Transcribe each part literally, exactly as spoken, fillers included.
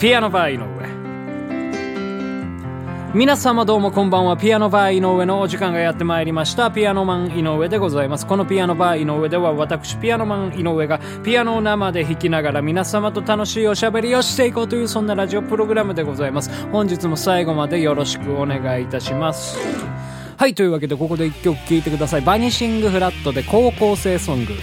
ピアノバー井上。皆様どうもこんばんは。ピアノバー井上のお時間がやってまいりました。ピアノマン井上でございます。このピアノバー井上では私ピアノマン井上がピアノを生で弾きながら皆様と楽しいおしゃべりをしていこうという、そんなラジオプログラムでございます。本日も最後までよろしくお願いいたします。はい、というわけでここで一曲聴いてください。バニシングフラットで高校生ソング。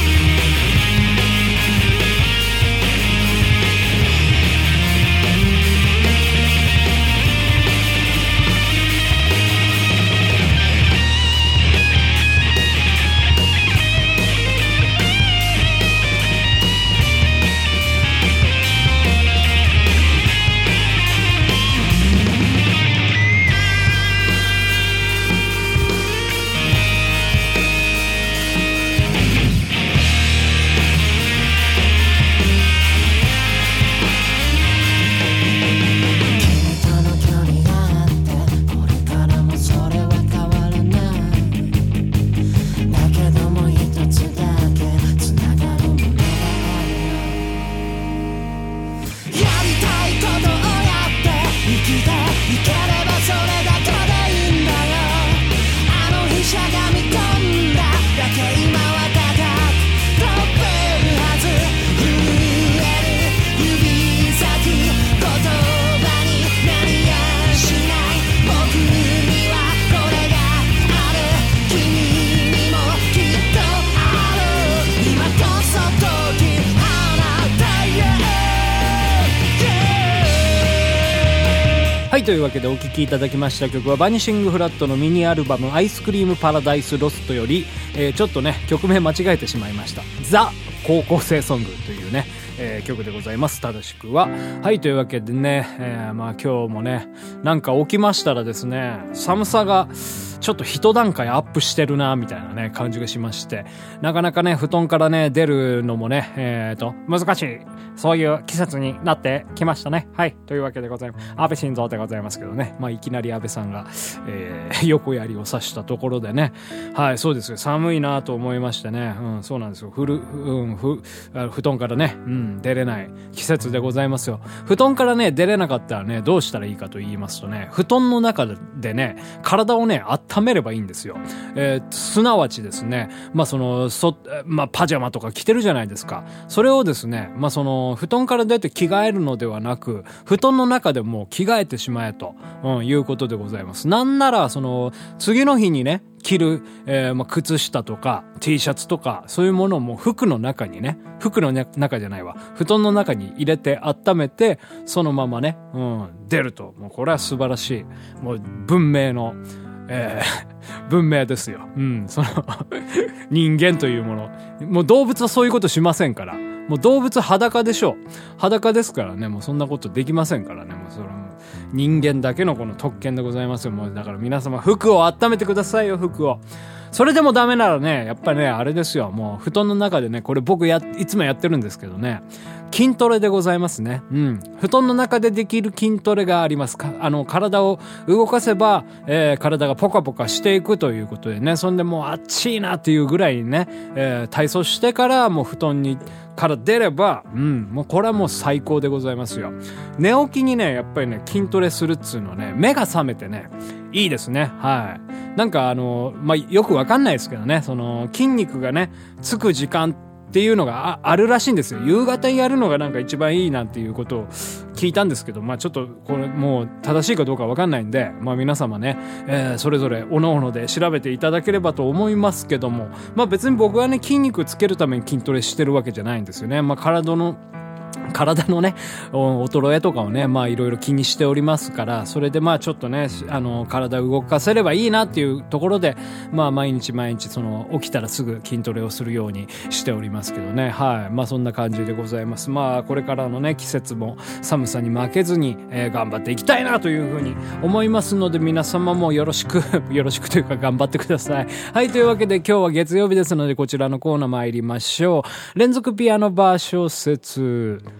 はい、というわけでお聴きいただきました曲はバニシングフラットのミニアルバムアイスクリームパラダイスロストより、えー、ちょっとね曲名間違えてしまいましたザ高校生ソングというね、えー、曲でございます。正しくは。はい、というわけでね、えー、まあ今日もねなんか起きましたらですね、寒さがちょっと一段階アップしてるなみたいなね感じがしまして、なかなかね布団からね出るのもねえーと難しい、そういう季節になってきましたね。はい、というわけでございます。安倍晋三でございますけどね、まあいきなり安倍さんが、えー、横槍を刺したところでね、はい、そうですよ、寒いなと思いましてね、うん、そうなんですよ。ふる、うん、ふ布団からね、うん、出れない季節でございますよ。布団からね出れなかったらねどうしたらいいかと言いますとね、布団の中でね体をね温めればいいんですよ。えー、すなわちですね、まあそのそまあパジャマとか着てるじゃないですか。それをですね、まあその布団から出て着替えるのではなく、布団の中でもう着替えてしまえと、うん、いうことでございます。なんならその次の日にね着る、えー、まあ靴下とか T シャツとかそういうものをもう服の中にね、服の中じゃないわ、布団の中に入れて温めてそのままね、うん、出ると、もうこれは素晴らしい、もう文明のえー、文明ですよ。うん、その人間というもの、もう動物はそういうことしませんから。もう動物裸でしょう。裸ですからね、もうそんなことできませんからね。もうそれも人間だけのこの特権でございますよ。もうだから皆様服を温めてくださいよ、服を。それでもダメならね、やっぱりね、あれですよ。もう布団の中でね、これ僕や、いつもやってるんですけどね、筋トレでございますね。うん。布団の中でできる筋トレがありますか。あの、体を動かせば、えー、体がポカポカしていくということでね、そんでもう暑いなっていうぐらいにね、えー、体操してからもう布団に、から出れば、うん、もうこれはもう最高でございますよ。寝起きにね、やっぱりね、筋トレするっつうのね、目が覚めてね、いいですね。はい。なんかあの、まあ、よくわかんないですけどね、その、筋肉がね、つく時間っていうのが あ, あるらしいんですよ。夕方にやるのがなんか一番いいなんていうことを聞いたんですけど、まあちょっとこれもう正しいかどうかわかんないんで、まあ皆様ね、えー、それぞれ各々で調べていただければと思いますけども、まあ別に僕はね筋肉つけるために筋トレしてるわけじゃないんですよね。まあ体の体のね衰えとかをね、まあいろいろ気にしておりますから、それでまあちょっとね、あの体を動かせればいいなっていうところで、まあ毎日毎日その起きたらすぐ筋トレをするようにしておりますけどね。はい、まあそんな感じでございます。まあこれからのね季節も寒さに負けずに、えー、頑張っていきたいなというふうに思いますので、皆様もよろしくよろしくというか頑張ってください。はい、というわけで今日は月曜日ですので、こちらのコーナー参りましょう。連続ピアノバー小説。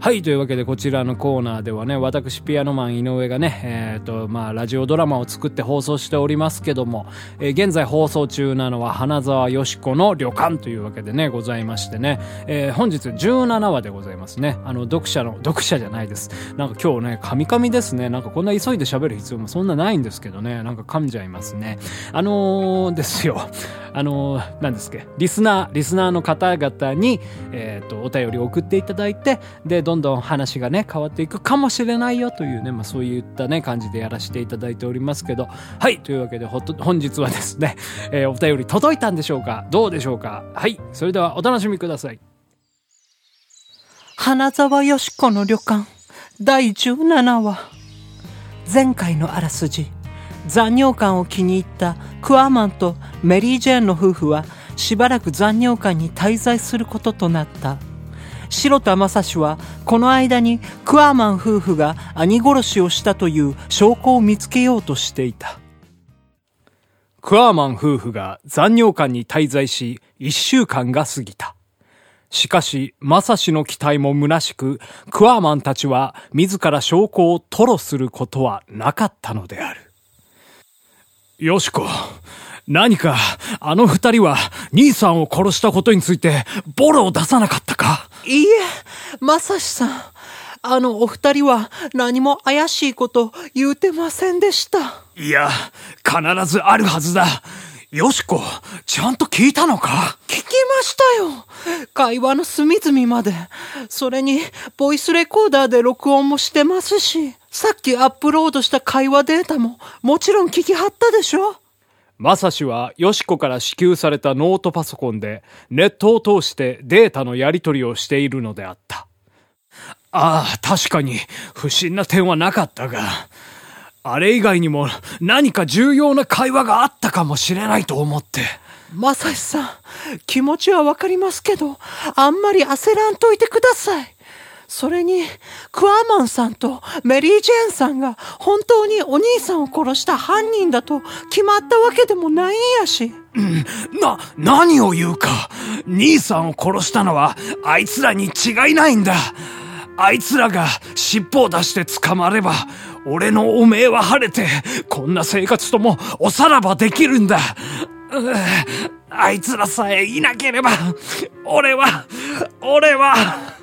はい、というわけでこちらのコーナーではね、私ピアノマン井上がね、えっと、まあ、ラジオドラマを作って放送しておりますけども、えー、現在放送中なのは花沢よし子の旅館というわけでね、ございましてね、えー、本日じゅうななわでございますね。あの、読者の、読者じゃないです。なんか今日ね、噛み噛みですね。なんかこんな急いで喋る必要もそんなないんですけどね、なんか噛んじゃいますね。あのー、ですよ。あのー、何ですっけ、リスナー、リスナーの方々に、えっと、お便りを送っていただいて、で、どんどん話がね変わっていくかもしれないよというね、まあそういったね感じでやらせていただいておりますけど、はい、というわけでほと本日はですね、えー、お便り届いたんでしょうか、どうでしょうか。はい、それではお楽しみください。 花沢よし子の旅館だいじゅうななわ。前回のあらすじ、残尿感を気に入ったクワマンとメリー・ジェーンの夫婦はしばらく残尿感に滞在することとなった。白田正史はこの間にクワーマン夫婦が兄殺しをしたという証拠を見つけようとしていた。 クワーマン夫婦が残尿感に滞在しいっしゅうかんが過ぎた。しかし正史の期待も虚しく、クワーマンたちは自ら証拠を吐露することはなかったのである。よしこ、何かあの二人は兄さんを殺したことについてボロを出さなかったか。 いいえ、正史さん、あのお二人は何も怪しいこと言うてませんでした。 いや、必ずあるはずだ。よしこ、ちゃんと聞いたのか。 聞きましたよ。会話の隅々まで。それにボイスレコーダーで録音もしてますし、さっきアップロードした会話データももちろん聞きはったでしょ。 正史はよしこから支給されたノートパソコンでネットを通してデータのやり取りをしているのであった。ああ、確かに不審な点はなかったが、あれ以外にも何か重要な会話があったかもしれないと思って。 正史さん、気持ちはわかりますけど、あんまり焦らんといてください。それにクワーマンさんとメリー・ジェーンさんが本当にお兄さんを殺した犯人だと決まったわけでもないんやし。 うん、な、何を言うか。兄さんを殺したのはあいつらに違いないんだ。あいつらが尻尾を出して捕まれば、俺の汚名は晴れて、こんな生活ともおさらばできるんだ。うあいつらさえいなければ、俺は、俺は。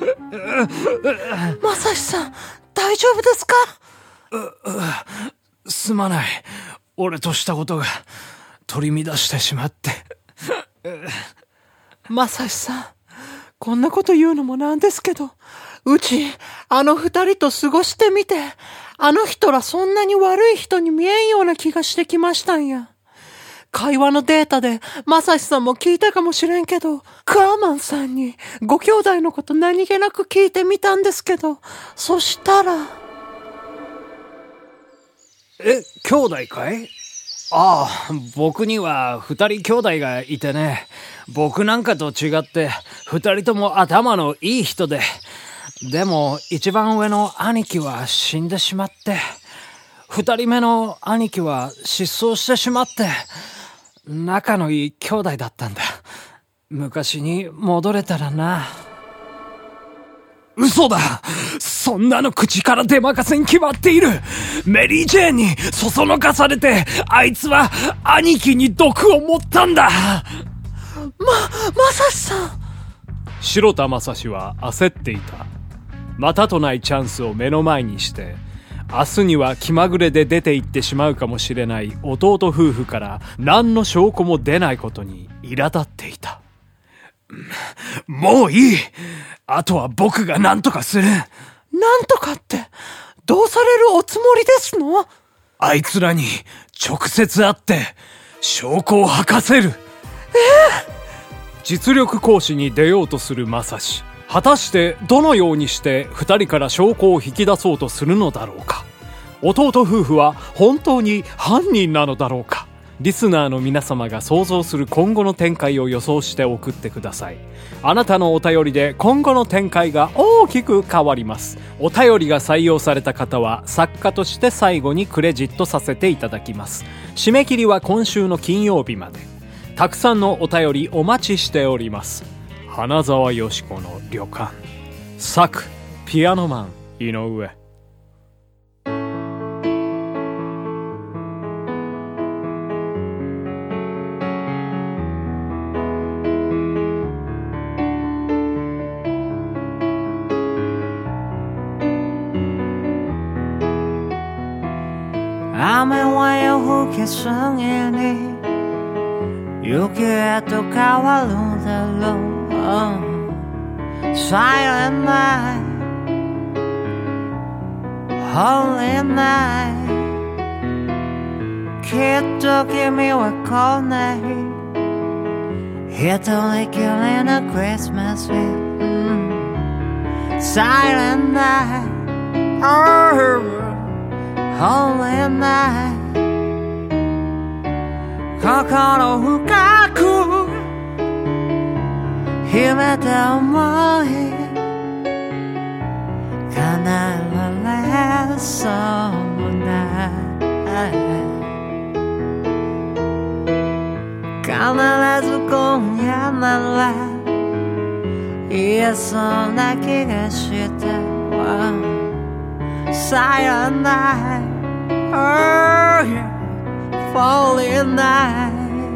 正史さん、大丈夫ですか？ う、う、すまない。俺としたことが取り乱してしまって。 正史さん、こんなこと言うのもなんですけど、うち、あの二人と過ごしてみて、あの人らそんなに悪い人に見えんような気がしてきましたんや。会話のデータで、正史さんも聞いたかもしれんけど、クワーマンさんにご兄弟のこと何気なく聞いてみたんですけど、そしたら。 え、兄弟かい？ああ、僕には二人兄弟がいてね、僕なんかと違って二人とも頭のいい人で、でも一番上の兄貴は死んでしまって、二人目の兄貴は失踪してしまって、仲のいい兄弟だったんだ。昔に戻れたらな。嘘だ！そんなの口から出まかせに決まっている。メリー・ジェーンにそそのかされて、あいつは兄貴に毒を持ったんだ。 ま、正史さん。 白田正史は焦っていた。またとないチャンスを目の前にして、明日には気まぐれで出て行ってしまうかもしれない弟夫婦から何の証拠も出ないことに苛立っていた。もういい。あとは僕が何とかする。 なんとかって、どうされるおつもりですの？ あいつらに直接会って証拠を吐かせる。えー、実力行使に出ようとする正史。果たしてどのようにして二人から証拠を引き出そうとするのだろうか。弟夫婦は本当に犯人なのだろうか。リスナーの皆様が想像する今後の展開を予想して送ってください。あなたのお便りで今後の展開が大きく変わります。お便りが採用された方は作家として最後にクレジットさせていただきます。締め切りは今週の金曜日まで。たくさんのお便りお待ちしております。花沢よし子の旅館。作ピアノマン井上。 雨は夜更け過ぎに雪へと変わるだろう。Silent night, holy night、 きっと君は来ない、一人きりのクリスマス、うん、Silent night、 oh Holy night、 心深く秘めた想い叶えられそうもない、必ず今夜なら言えそうな気がしたわ。Silent night、 oh yeah、 falling night、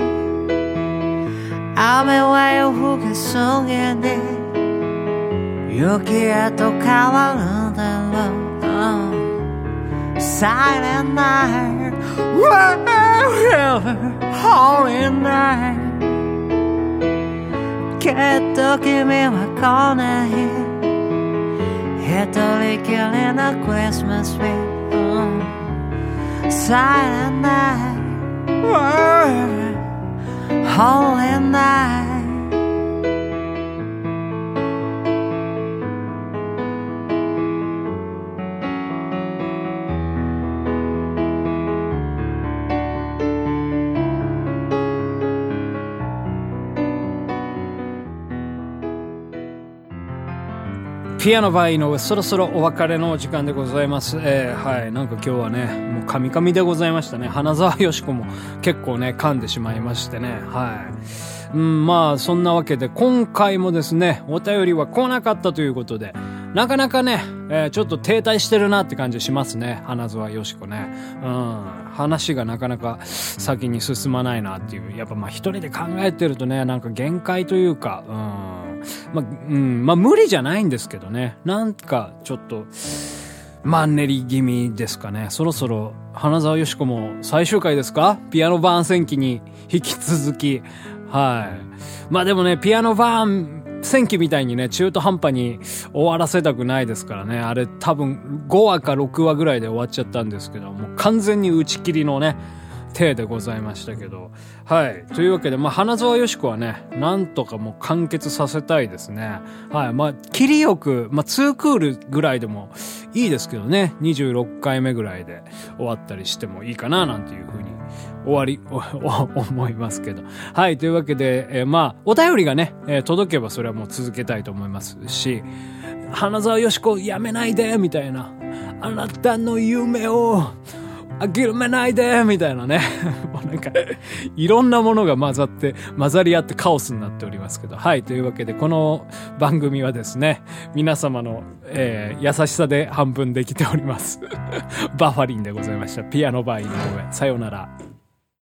雨は夜更け過ぎに雪へと変わるだろう。 Silent night、 oh yeah、 falling night、 きっと君は来ない、一人きりのクリスマスウィーク、うん、Silent night、 Holy night、 ピアノバー井上、そろそろお別れのお時間でございます。えー、はい、なんか今日はね、もうカミカミでございましたね。花沢よし子も結構ね、噛んでしまいましてね。はい。うん、まあ、そんなわけで、今回もですね、お便りは来なかったということで、なかなかね、えー、ちょっと停滞してるなって感じしますね。花沢よし子ね。うん。話がなかなか先に進まないなっていう。やっぱまあ一人で考えてるとね、なんか限界というか、うん。まあ、うん、まあ無理じゃないんですけどね。なんかちょっと、マンネリ気味ですかね。そろそろ花沢よし子も最終回ですか？ピアノバーン戦記に引き続き。はい。まあでもね、ピアノバーン戦記みたいにね、中途半端に終わらせたくないですからね。あれ多分ごわかろくわぐらいで終わっちゃったんですけど、もう完全に打ち切りのね、体でございましたけど。はい。というわけで、まあ、花沢よし子はね、なんとかもう完結させたいですね。はい。まあ、切りよく、まあ、ツークールぐらいでもいいですけどね。にじゅうろっかいめぐらいで終わったりしてもいいかな、なんていう風に終わり、思いますけど。はい。というわけで、えー、まあ、お便りがね、えー、届けばそれはもう続けたいと思いますし、花沢よし子やめないでみたいな。あなたの夢を、諦めないでみたいなね。もうなんか、いろんなものが混ざって、混ざり合ってカオスになっておりますけど。はい。というわけで、この番組はですね、皆様の、えー、優しさで半分できております。バファリンでございました。ピアノバー井上。さようなら。